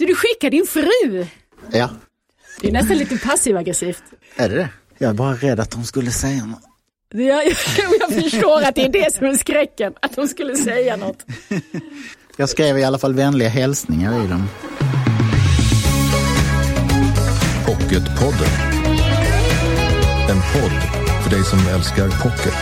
Så du skickar din fru? Ja. Det är nästan lite passiv-aggressivt. Är det? Jag är bara rädd att hon skulle säga något. Jag förstår att det är det som är skräcken, att hon skulle säga något. Jag skrev i alla fall vänliga hälsningar i dem. Pocketpodden. En podd för dig som älskar pocket.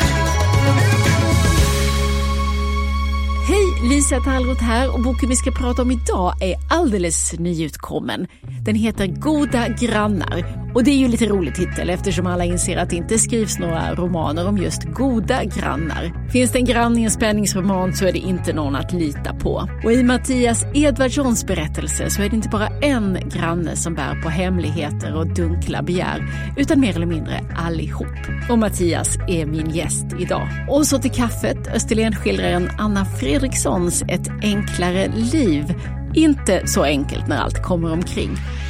Hej, Lisa Tallroth här, och boken vi ska prata om idag är alldeles nyutkommen. Den heter Goda grannar, och det är ju lite rolig titel eftersom alla inser att det inte skrivs några romaner om just goda grannar. Finns det en grann i en spänningsroman så är det inte någon att lita på. Och i Mattias Edvardssons berättelse så är det inte bara en granne som bär på hemligheter och dunkla begär, utan mer eller mindre allihop. Och Mattias är min gäst idag. Och så till kaffet, Österlen-skildraren Anna Fredrikssons Ett enklare liv. Inte så enkelt när allt kommer omkring.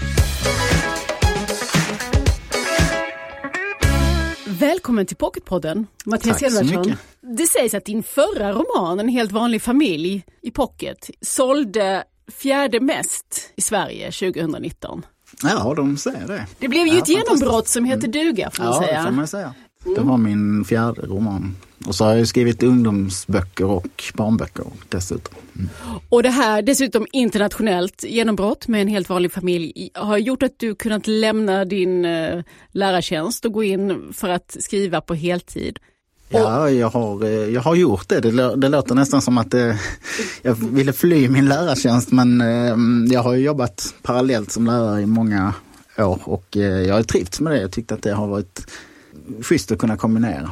Välkommen till Pocketpodden, Mattias Edvardsson. Det sägs att din förra roman, En helt vanlig familj i Pocket, sålde fjärde mest i Sverige 2019. Ja, de säger det. Det blev ju ett genombrott som heter duga, får man säga. Ja, det får man säga. Det var min fjärde roman. Och så har jag skrivit ungdomsböcker och barnböcker dessutom. Och det här dessutom internationellt genombrott med En helt vanlig familj har gjort att du kunnat lämna din lärartjänst och gå in för att skriva på heltid. Ja, jag har gjort det. Det låter nästan som att jag ville fly min lärartjänst, men jag har jobbat parallellt som lärare i många år och jag har trivts med det. Jag tyckte att det har varit schysst att kunna kombinera.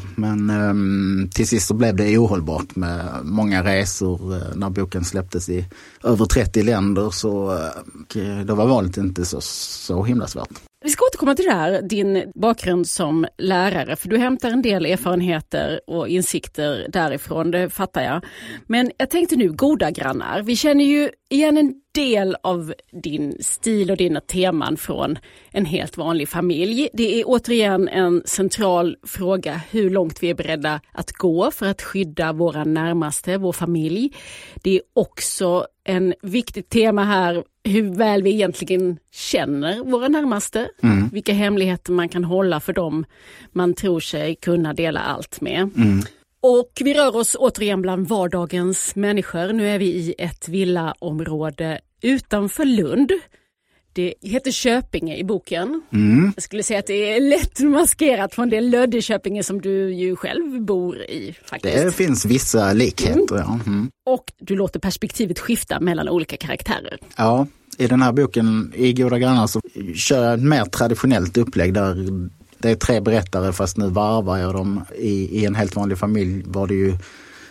Men till sist så blev det ohållbart med många resor. När boken släpptes i över 30 länder så då var valet inte så himla svårt. Vi ska återkomma till det här, din bakgrund som lärare, för du hämtar en del erfarenheter och insikter därifrån, det fattar jag. Men jag tänkte nu, goda grannar. Vi känner ju igen en del av din stil och dina teman från En helt vanlig familj. Det är återigen en central fråga hur långt vi är beredda att gå för att skydda våra närmaste, vår familj. Det är också en viktigt tema här, hur väl vi egentligen känner våra närmaste. Vilka hemligheter man kan hålla för dem man tror sig kunna dela allt med. Och vi rör oss återigen bland vardagens människor. Nu är vi i ett villaområde utanför Lund. Det heter Köpinge i boken. Jag skulle säga att det är lätt maskerat från det Löddeköpinge som du ju själv bor i faktiskt. Det finns vissa likheter, ja. Och du låter perspektivet skifta mellan olika karaktärer. Ja, i den här boken i Goda grannar så kör jag ett mer traditionellt upplägg där det är 3 berättare, fast nu varvar jag dem. I En helt vanlig familj var det ju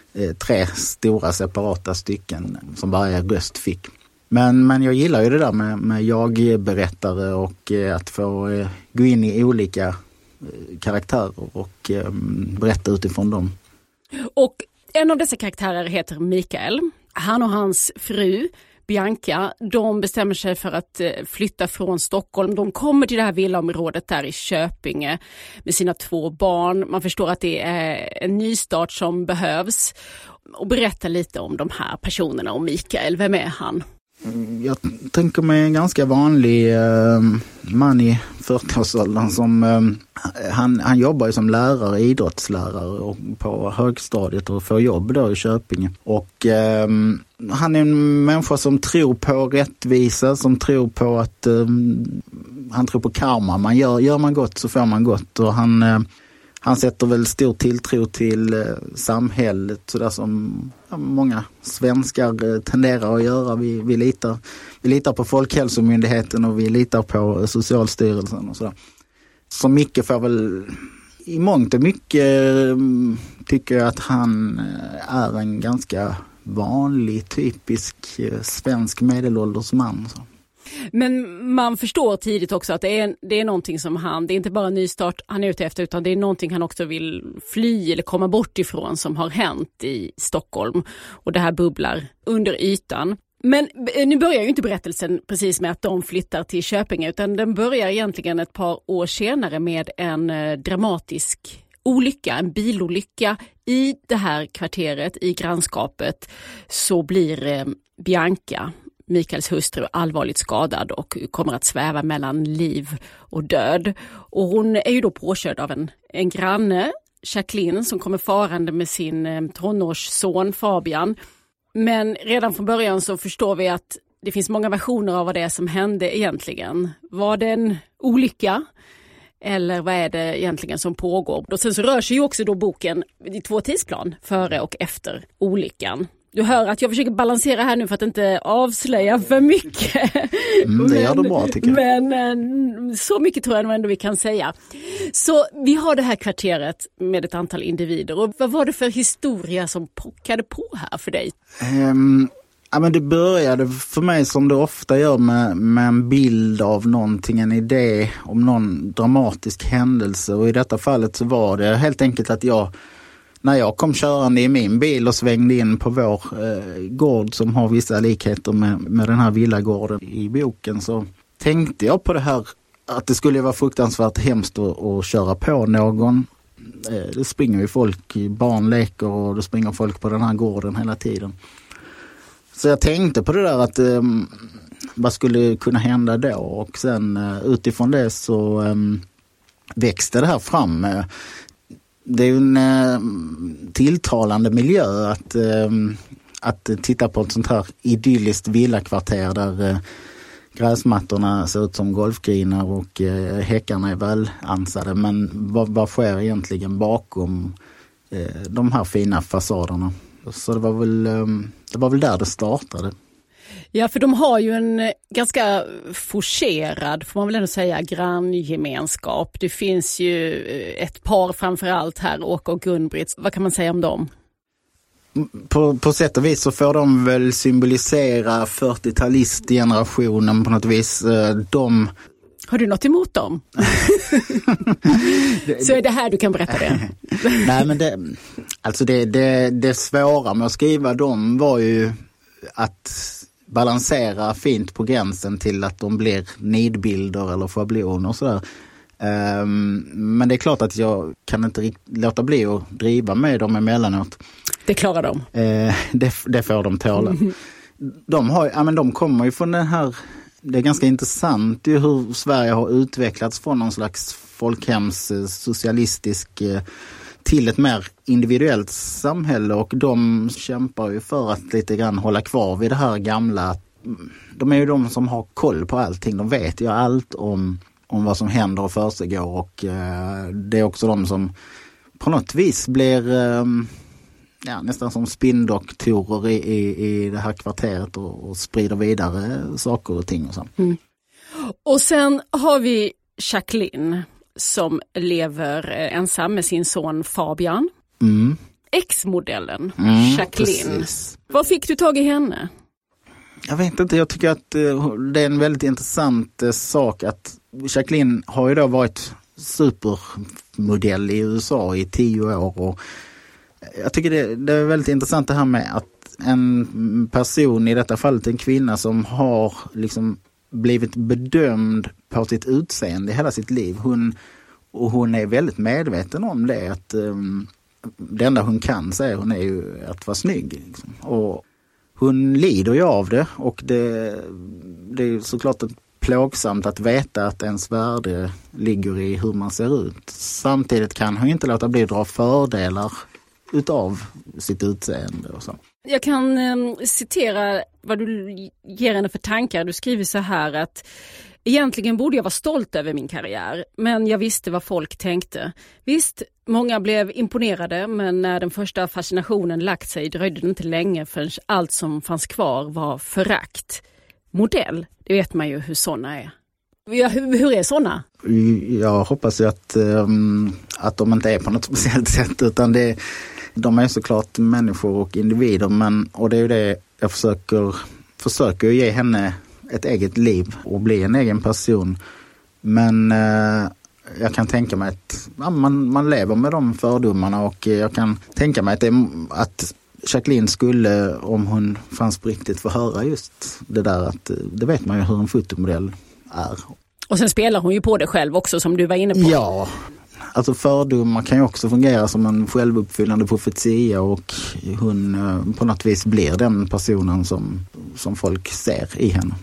3 stora separata stycken som varje röst fick. Men jag gillar ju det där med jag-berättare och att få gå in i olika karaktärer och berätta utifrån dem. Och en av dessa karaktärer heter Mikael. Han och hans fru Bianca, de bestämmer sig för att flytta från Stockholm. De kommer till det här villaområdet där i Köpinge med sina 2 barn. Man förstår att det är en nystart som behövs. Och berätta lite om de här personerna och Mikael. Vem är han? Jag tänker mig en ganska vanlig man i 40-årsåldern som han jobbar ju som lärare, idrottslärare och på högstadiet och får jobb då i Köpinge. Och han är en människa som tror på rättvisa, som tror på att han tror på karma. Gör man gott så får man gott, och han sätter väl stor tilltro till samhället, så där som många svenskar tenderar att göra. Vi litar på Folkhälsomyndigheten och vi litar på Socialstyrelsen och sådär. Så mycket får väl i mångt och mycket tycker jag att han är en ganska vanlig, typisk svensk medelålders man. Så. Men man förstår tidigt också att det är någonting som det är inte bara en nystart han är ute efter, utan det är någonting han också vill fly eller komma bort ifrån som har hänt i Stockholm. Och det här bubblar under ytan. Men nu börjar ju inte berättelsen precis med att de flyttar till Köpinge, utan den börjar egentligen ett par år senare med en dramatisk olycka, en bilolycka i det här kvarteret, i grannskapet. Så blir Bianca, Mikaels hustru allvarligt skadad och kommer att sväva mellan liv och död. Och hon är ju då påkörd av en granne, Jacqueline, som kommer farande med sin tonårsson Fabian. Men redan från början så förstår vi att det finns många versioner av vad det är som hände egentligen. Var det en olycka? Eller vad är det egentligen som pågår? Och sen så rör sig ju också då boken i 2 tidsplan, före och efter olyckan. Du hör att jag försöker balansera här nu för att inte avslöja för mycket. Det gör du bra, tycker jag. Men så mycket tror jag nog ändå vi kan säga. Så vi har det här kvarteret med ett antal individer. Och vad var det för historia som pockade på här för dig? Ja, men det började för mig som det ofta gör med en bild av någonting, en idé om någon dramatisk händelse. Och i detta fallet så var det helt enkelt att när jag kom körande i min bil och svängde in på vår gård som har vissa likheter med den här villagården i boken, så tänkte jag på det här att det skulle vara fruktansvärt hemskt att köra på någon. Det springer ju folk, barn leker och det springer folk på den här gården hela tiden. Så jag tänkte på det där att vad skulle kunna hända då, och sen utifrån det så växte det här fram. Det är ju en tilltalande miljö att titta på ett sånt här idylliskt villakvarter där gräsmattorna ser ut som golfgrinar och häckarna är väl ansade. Men vad sker egentligen bakom de här fina fasaderna? Så det var väl där det startade. Ja, för de har ju en ganska forcerad, får man väl ändå säga, granngemenskap. Det finns ju ett par framförallt här, Åke och Gun-Britt. Vad kan man säga om dem? På sätt och vis så får de väl symbolisera 40-talistgenerationen på något vis. Har du något emot dem? Så är det här du kan berätta det. Nej, men det svåra med att skriva dem var ju att balansera fint på gränsen till att de blir nidbilder eller schabloner och sådär. Men det är klart att jag kan inte låta bli att driva med dem emellanåt. Det klarar de. Det får de tåla. De kommer ju från den här. Det är ganska intressant hur Sverige har utvecklats från någon slags folkhems socialistisk till ett mer individuellt samhälle, och de kämpar ju för att lite grann hålla kvar vid det här gamla. De är ju de som har koll på allting. De vet ju allt om vad som händer och försiggår, och det är också de som på något vis blir nästan som spinndoktorer i det här kvarteret och sprider vidare saker och ting och så. Mm. Och sen har vi Jacqueline som lever ensam med sin son Fabian. Mm. Ex-modellen Jacqueline. Precis. Vad fick du tag i henne? Jag vet inte, jag tycker att det är en väldigt intressant sak att Jacqueline har ju då varit supermodell i USA i 10 år, och jag tycker det är väldigt intressant det här med att en person, i detta fallet en kvinna, som har liksom blivit bedömd på sitt utseende i hela sitt liv. Hon är väldigt medveten om det, att det enda hon kan säga hon är ju att vara snygg. Liksom. Och hon lider ju av det, och det är såklart plågsamt att veta att ens värde ligger i hur man ser ut. Samtidigt kan hon inte låta bli att dra fördelar utav sitt utseende och så. Jag kan citera vad du ger henne för tankar. Du skriver så här att egentligen borde jag vara stolt över min karriär, men jag visste vad folk tänkte. Visst, många blev imponerade, men när den första fascinationen lagt sig dröjde det inte länge förrän allt som fanns kvar var förakt. Modell, det vet man ju hur såna är. Ja, hur är såna? Jag hoppas ju att de inte är på något speciellt sätt, utan de är såklart människor och individer, och det är ju det jag försöker ge henne ett eget liv och bli en egen person. Men jag kan tänka mig att man lever med de fördomarna, och jag kan tänka mig att Jacqueline skulle, om hon fanns på riktigt, få höra just det där, att det vet man ju hur en fotomodell är. Och sen spelar hon ju på det själv också, som du var inne på. Ja, alltså fördomar kan ju också fungera som en självuppfyllande profetia och hon på något vis blir den personen som folk ser i henne.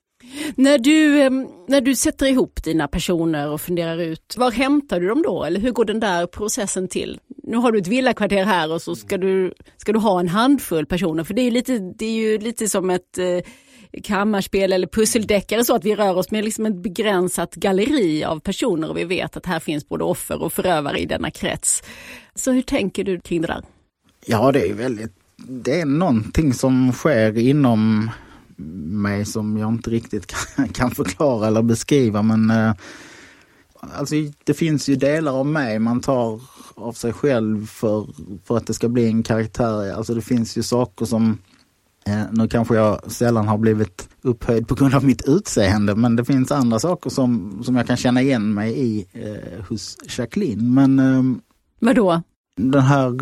När du sätter ihop dina personer och funderar ut, var hämtar du dem då? Eller hur går den där processen till? Nu har du ett villakvarter här och så ska du ha en handfull personer. För det är ju lite som ett kammarspel eller pusseldeckare, så att vi rör oss med liksom ett begränsat galleri av personer och vi vet att här finns både offer och förövare i denna krets. Så hur tänker du kring det där? Ja, det är någonting som sker inom mig som jag inte riktigt kan förklara eller beskriva, men alltså det finns ju delar av mig man tar av sig själv för att det ska bli en karaktär. Alltså det finns ju saker som nu kanske jag sällan har blivit upphöjd på grund av mitt utseende, men det finns andra saker som jag kan känna igen mig i hos Jacqueline. Men vadå? Den här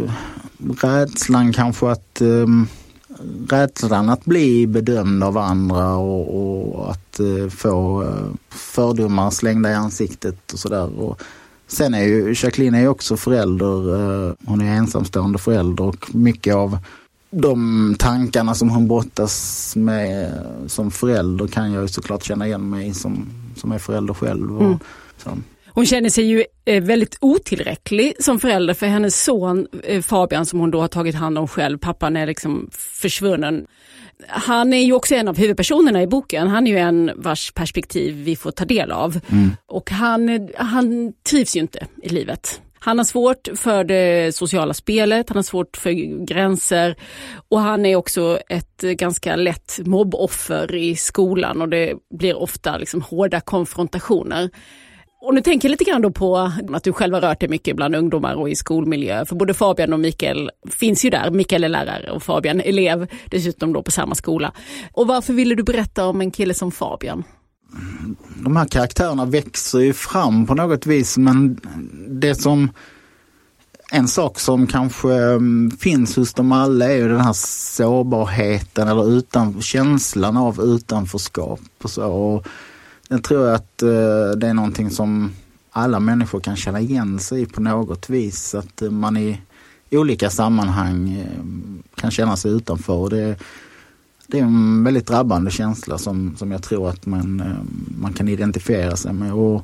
rädslan kanske rädslan att bli bedömd av andra och att få fördomar slängda i ansiktet och sådär. Och sen är ju Jacqueline också förälder, hon är ensamstående förälder och mycket av de tankarna som hon brottas med som förälder kan jag ju såklart känna igen mig som är förälder själv. Och så. Hon känner sig ju väldigt otillräcklig som förälder för hennes son Fabian, som hon då har tagit hand om själv. Pappan är liksom försvunnen. Han är ju också en av huvudpersonerna i boken. Han är ju en vars perspektiv vi får ta del av. Och han trivs ju inte i livet. Han har svårt för det sociala spelet, han har svårt för gränser och han är också ett ganska lätt mobboffer i skolan och det blir ofta liksom hårda konfrontationer. Och nu tänker jag lite grann då på att du själv har rört dig mycket bland ungdomar och i skolmiljö. För både Fabian och Mikael finns ju där. Mikael är lärare och Fabian elev, dessutom då på samma skola. Och varför ville du berätta om en kille som Fabian? De här karaktärerna växer ju fram på något vis, men en sak som kanske finns hos dem alla är ju den här sårbarheten eller känslan av utanförskap och så. Och jag tror att det är någonting som alla människor kan känna igen sig på något vis. Att man i olika sammanhang kan känna sig utanför. Det är en väldigt drabbande känsla som jag tror att man kan identifiera sig med. Och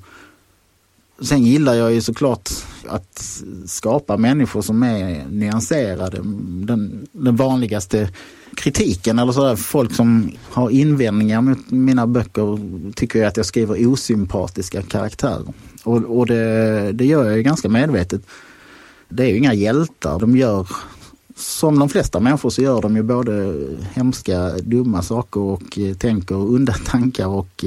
sen gillar jag ju såklart att skapa människor som är nyanserade. Den vanligaste kritiken eller sådär, folk som har invändningar mot mina böcker tycker jag att jag skriver osympatiska karaktärer. Och det gör jag ju ganska medvetet. Det är ju inga hjältar. De gör, som de flesta människor så gör de ju både hemska, dumma saker och tänker onda tankar och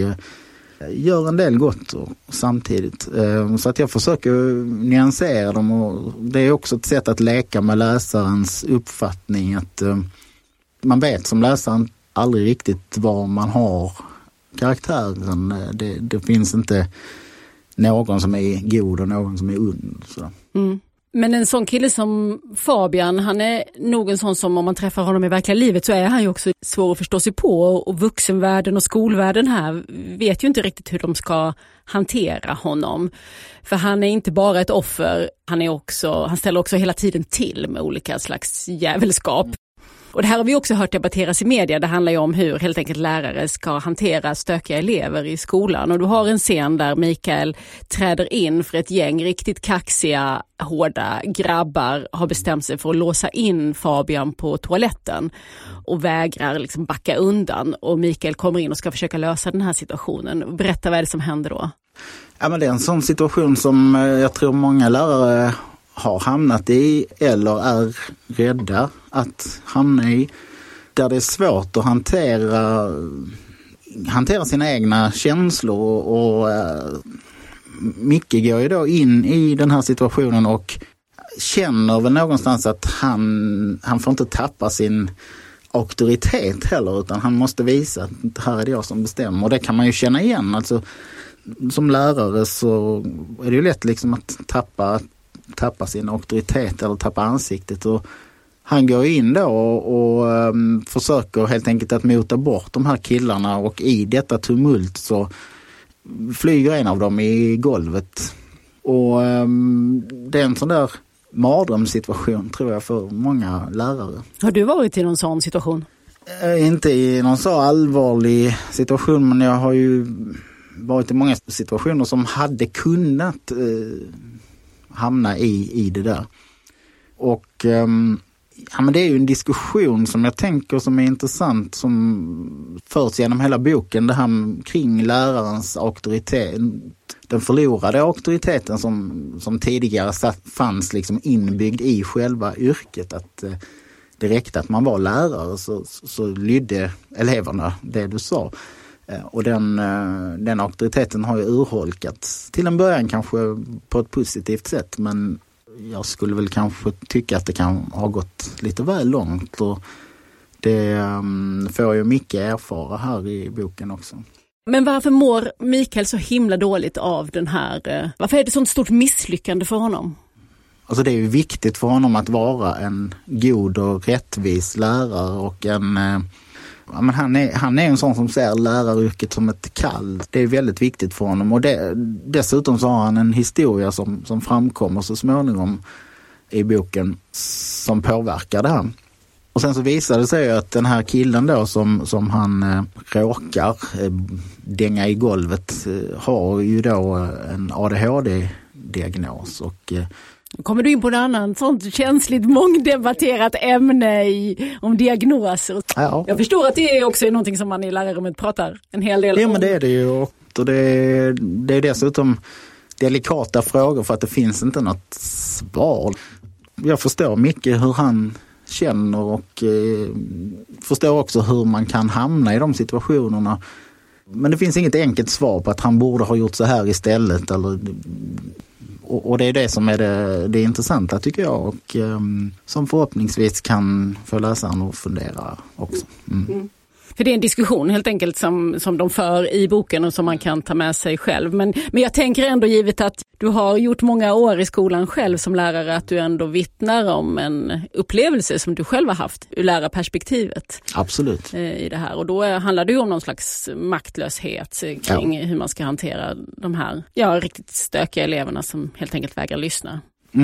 gör en del gott samtidigt. Så att jag försöker nyansera dem och det är också ett sätt att leka med läsarens uppfattning att man vet som läsaren aldrig riktigt var man har karaktären. Det finns inte någon som är god och någon som är ond. Så. Men en sån kille som Fabian, han är nog en sån som om man träffar honom i verkliga livet så är han ju också svår att förstå sig på. Och vuxenvärlden och skolvärlden här vet ju inte riktigt hur de ska hantera honom. För han är inte bara ett offer, han ställer också hela tiden till med olika slags jävelskap. Och det här har vi också hört debatteras i media. Det handlar ju om hur helt enkelt lärare ska hantera stökiga elever i skolan. Och du har en scen där Mikael träder in för ett gäng riktigt kaxiga, hårda grabbar har bestämt sig för att låsa in Fabian på toaletten och vägrar liksom backa undan. Och Mikael kommer in och ska försöka lösa den här situationen. Berätta vad är det som händer då? Ja, men det är en sån situation som jag tror många lärare har hamnat i eller är rädda att hamna i, där det är svårt att hantera sina egna känslor och Micke går ju då in i den här situationen och känner väl någonstans att han får inte tappa sin auktoritet heller, utan han måste visa att här är det jag som bestämmer, och det kan man ju känna igen. Alltså, som lärare så är det ju lätt liksom att tappa sin auktoritet eller tappa ansiktet, och han går in då och försöker helt enkelt att mota bort de här killarna, och i detta tumult så flyger en av dem i golvet Och det är en sån där mardrömssituation tror jag för många lärare. Har du varit i någon sån situation? Inte i någon så allvarlig situation, men jag har ju varit i många situationer som hade kunnat hamna i det där. Och men det är ju en diskussion som jag tänker som är intressant, som förs genom hela boken, det här kring lärarens auktoritet, den förlorade auktoriteten som tidigare fanns liksom inbyggd i själva yrket, att det räckte att man var lärare så lydde eleverna det du sa. Och den auktoriteten har ju urholkats till en början kanske på ett positivt sätt, men jag skulle väl kanske tycka att det kan ha gått lite väl långt, och det får ju Micke erfara här i boken också. Men varför mår Mikael så himla dåligt av den här? Varför är det sånt stort misslyckande för honom? Alltså det är ju viktigt för honom att vara en god och rättvis lärare, och men han är en sån som ser läraryrket som ett kall. Det är väldigt viktigt för honom, och dessutom så har han en historia som framkommer så småningom i boken som påverkar det här. Och sen så visar det sig att den här killen då som han råkar dänga i golvet har ju då en ADHD-diagnos, och kommer du in på en annan sånt känsligt mångdebatterat ämne om diagnoser? Ja. Jag förstår att det är också någonting som man i lärarrummet pratar en hel del om. Ja, men det är det ju, och det är dessutom delikata frågor för att det finns inte något svar. Jag förstår mycket hur han känner, och förstår också hur man kan hamna i de situationerna. Men det finns inget enkelt svar på att han borde ha gjort så här istället, eller... Och det är det som är det intressanta tycker jag, och som förhoppningsvis kan få läsaren att fundera också. För det är en diskussion helt enkelt som de för i boken och som man kan ta med sig själv. Men jag tänker ändå, givet att du har gjort många år i skolan själv som lärare, att du ändå vittnar om en upplevelse som du själv har haft ur lärarperspektivet. Absolut. I det här. Och då handlar det ju om någon slags maktlöshet kring hur man ska hantera de här riktigt stökiga eleverna som helt enkelt vägrar lyssna.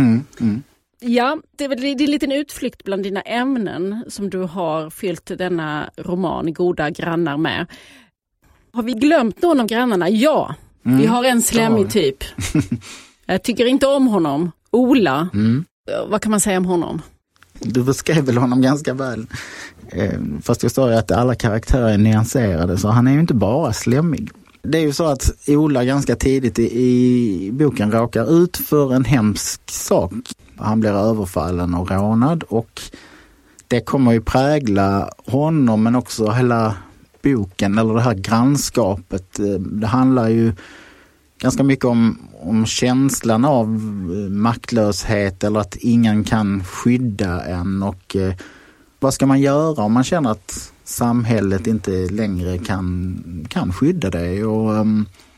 Ja, det är en liten utflykt bland dina ämnen som du har fyllt denna roman Goda grannar med. Har vi glömt någon av grannarna? Ja, vi har en slemmig typ. Jag tycker inte om honom. Ola, vad kan man säga om honom? Du beskrev väl honom ganska väl. Fast jag sa ju att alla karaktärer är nyanserade, så han är ju inte bara slemmig. Det är ju så att Ola ganska tidigt i boken råkar ut för en hemsk sak. Han blir överfallen och rånad, och det kommer ju prägla honom men också hela boken, eller det här grannskapet. Det handlar ju ganska mycket om känslan av maktlöshet, eller att ingen kan skydda en, och vad ska man göra om man känner att samhället inte längre kan skydda dig. Och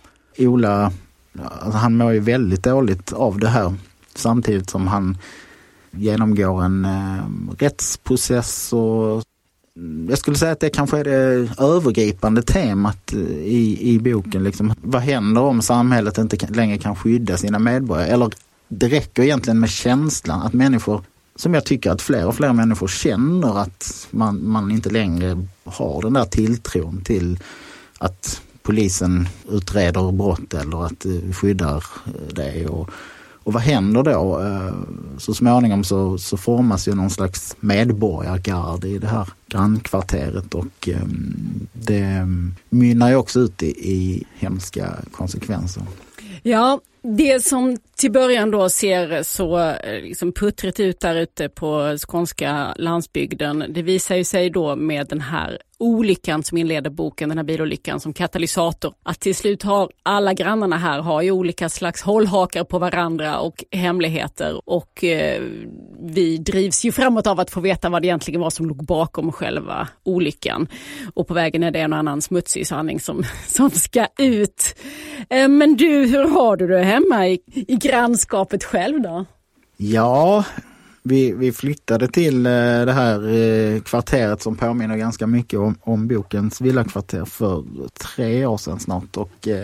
Ola, alltså han mår ju väldigt dåligt av det här, samtidigt som han genomgår en rättsprocess, och jag skulle säga att det kanske är det övergripande temat i boken. Liksom, vad händer om samhället inte längre kan skydda sina medborgare? Eller det räcker egentligen med känslan att människor, som jag tycker att fler och fler människor känner, att man inte längre har den där tilltron till att polisen utreder brott eller att skyddar det. Och vad händer då? Så småningom så formas ju någon slags medborgargard i det här grannkvarteret, och det mynnar ju också ut i hemska konsekvenser. Ja, det som till början då ser så liksom puttrigt ut där ute på skånska landsbygden, det visar ju sig då med den här olyckan som inleder boken, den här bilolyckan som katalysator, att till slut har alla grannarna här har ju olika slags hållhakar på varandra och hemligheter, och vi drivs ju framåt av att få veta vad det egentligen var som låg bakom själva olyckan, och på vägen är det en annan smutsig sanning som ska ut. Men du, hur har du det hemma i grannskapet själv då? Ja, vi flyttade till det här kvarteret som påminner ganska mycket om bokens villakvarter för 3 år sedan snart, och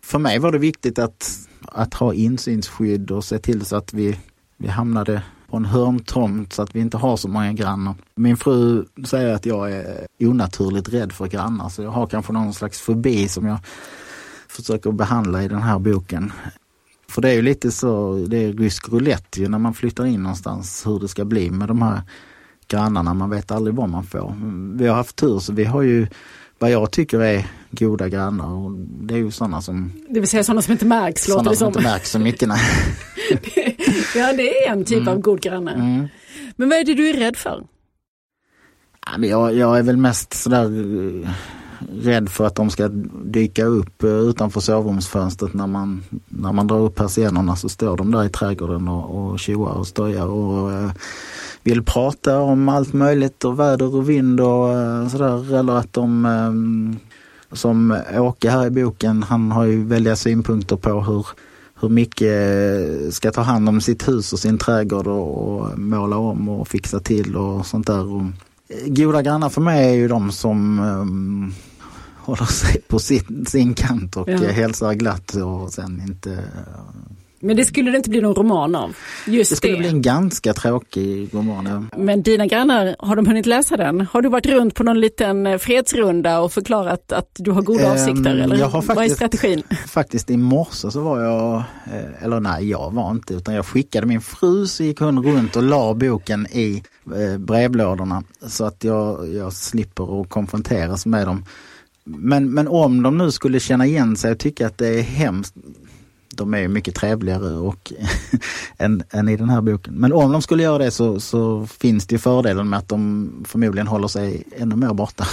För mig var det viktigt att ha insynsskydd och se till så att vi hamnade på en hörntomt så att vi inte har så många grannar. Min fru säger att jag är onaturligt rädd för grannar, så jag har kanske någon slags fobi som jag försöker behandla i den här boken. För det är ju lite så, det är rysk roulette ju när man flyttar in någonstans hur det ska bli med de här grannarna. Man vet aldrig vad man får. Vi har haft tur, så vi har ju vad jag tycker är goda grannar, och det är ju sådana som... Det vill säga sådana som inte märks, låter det som. Sådana som inte märks så mycket, nej. Ja, det är en typ av god granne. Mm. Men vad är det du är rädd för? Jag är väl mest sådär rädd för att de ska dyka upp utanför sovrumsfönstret när man drar upp persiennerna, så står de där i trädgården och tjoar och stojar och vill prata om allt möjligt och väder och vind och sådär. Eller att de, som Åke här i boken, han har ju väldiga synpunkter på hur Micke ska ta hand om sitt hus och sin trädgård och måla om och fixa till och sånt där. Och goda grannar för mig är ju de som håller sig på sin kant och hälsar glatt och sen inte... Men det skulle det inte bli någon roman av? Just det skulle bli en ganska tråkig roman. Ja. Men dina grannar, har de hunnit läsa den? Har du varit runt på någon liten fredsrunda och förklarat att du har goda avsikter? Eller vad är strategin? Faktiskt i morse så var jag, eller nej, jag var inte, utan jag skickade min fru, så gick hon runt och la boken i brevlådorna så att jag slipper att konfronteras med dem. Men om de nu skulle känna igen sig och tycka att det är hemskt, de är ju mycket trevligare och än i den här boken. Men om de skulle göra det så finns det ju fördelen med att de förmodligen håller sig ännu mer borta.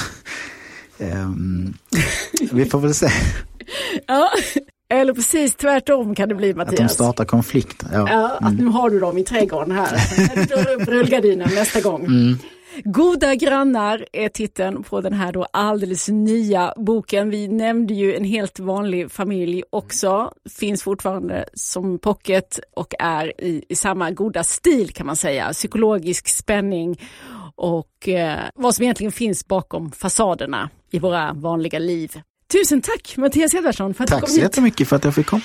Vi får väl se. Ja, eller precis tvärtom kan det bli, Mattias. Att de startar konflikt. Ja, att nu har du dem i trädgården här. Du drar upp rullgardinen nästa gång. Mm. Goda grannar är titeln på den här då alldeles nya boken. Vi nämnde ju En helt vanlig familj också. Finns fortfarande som pocket och är i samma goda stil kan man säga. Psykologisk spänning och vad som egentligen finns bakom fasaderna i våra vanliga liv. Tusen tack Mattias Edvardsson för att du kom hit. Tack så jättemycket för att jag fick komma.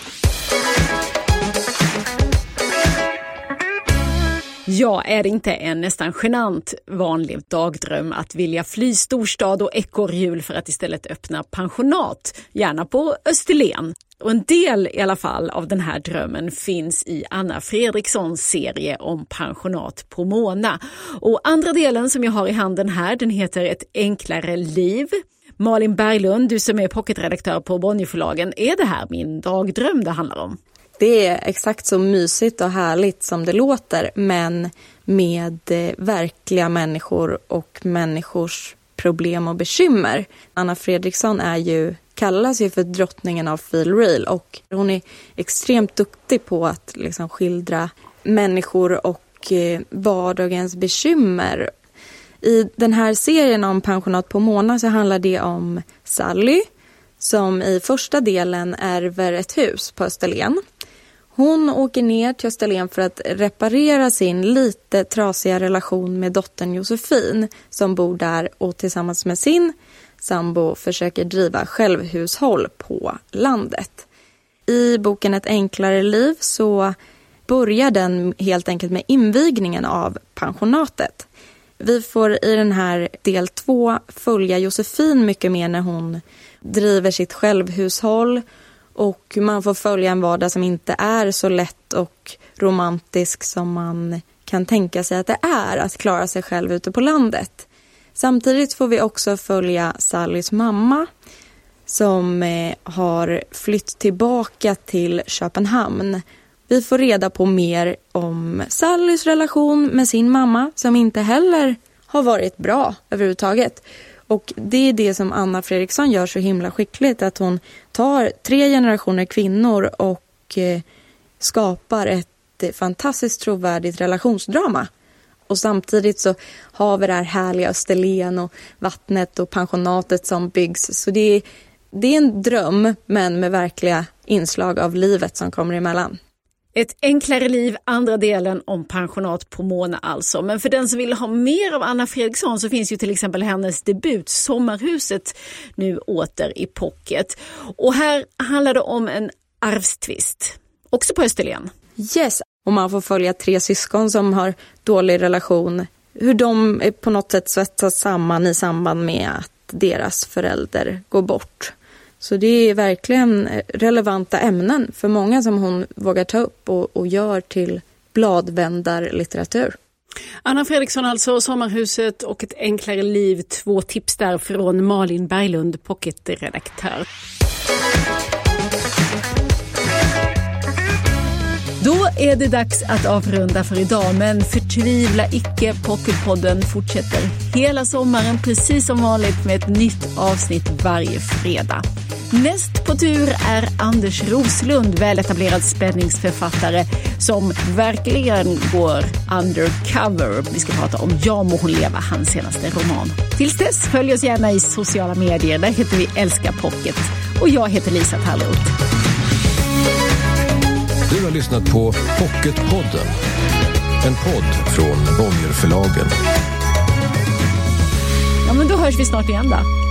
Ja, är det inte en nästan genant vanlig dagdröm att vilja fly storstad och ekorrhjul för att istället öppna pensionat, gärna på Österlen? Och en del i alla fall av den här drömmen finns i Anna Fredrikssons serie om pensionat på Mona. Och andra delen som jag har i handen här, den heter Ett enklare liv. Malin Berglund, du som är pocketredaktör på Bonnierförlagen, är det här min dagdröm det handlar om? Det är exakt så mysigt och härligt som det låter, men med verkliga människor och människors problem och bekymmer. Anna Fredriksson kallas ju för drottningen av Feel Real, och hon är extremt duktig på att liksom skildra människor och vardagens bekymmer. I den här serien om pensionat på Mona så handlar det om Sally som i första delen ärver ett hus på Österlen. Hon åker ner till Österlen för att reparera sin lite trasiga relation med dottern Josefin som bor där och tillsammans med sin sambo försöker driva självhushåll på landet. I boken Ett enklare liv så börjar den helt enkelt med invigningen av pensionatet. Vi får i den här del 2 följa Josefin mycket mer när hon driver sitt självhushåll, och man får följa en vardag som inte är så lätt och romantisk som man kan tänka sig att det är att klara sig själv ute på landet. Samtidigt får vi också följa Sallys mamma som har flytt tillbaka till Köpenhamn. Vi får reda på mer om Sallys relation med sin mamma som inte heller har varit bra överhuvudtaget. Och det är det som Anna Fredriksson gör så himla skickligt, att hon tar 3 generationer kvinnor och skapar ett fantastiskt trovärdigt relationsdrama. Och samtidigt så har vi det här härliga Österlen och vattnet och pensionatet som byggs. Så det är en dröm, men med verkliga inslag av livet som kommer emellan. Ett enklare liv, andra delen om pensionat på Mona alltså. Men för den som vill ha mer av Anna Fredriksson så finns ju till exempel hennes debut Sommarhuset nu åter i pocket. Och här handlar det om en arvstvist, också på Österlen. Yes, och man får följa 3 syskon som har dålig relation. Hur de på något sätt svetsas samman i samband med att deras förälder går bort. Så det är verkligen relevanta ämnen för många som hon vågar ta upp och gör till bladvändarlitteratur. Anna Fredriksson alltså, Sommarhuset och Ett enklare liv. 2 tips där från Malin Berglund, pocketredaktör. Då är det dags att avrunda för idag, men förtvivla icke, Pocketpodden fortsätter hela sommaren precis som vanligt med ett nytt avsnitt varje fredag. Näst på tur är Anders Roslund, väletablerad spänningsförfattare som verkligen går undercover. Vi ska prata om Ja må hon leva, hans senaste roman. Tills dess, följ oss gärna i sociala medier, där heter vi Älska Pocket. Och jag heter Lisa Tallroth. Du har lyssnat på Pocketpodden, en podd från Bonnierförlagen. Ja, men då hörs vi snart igen då.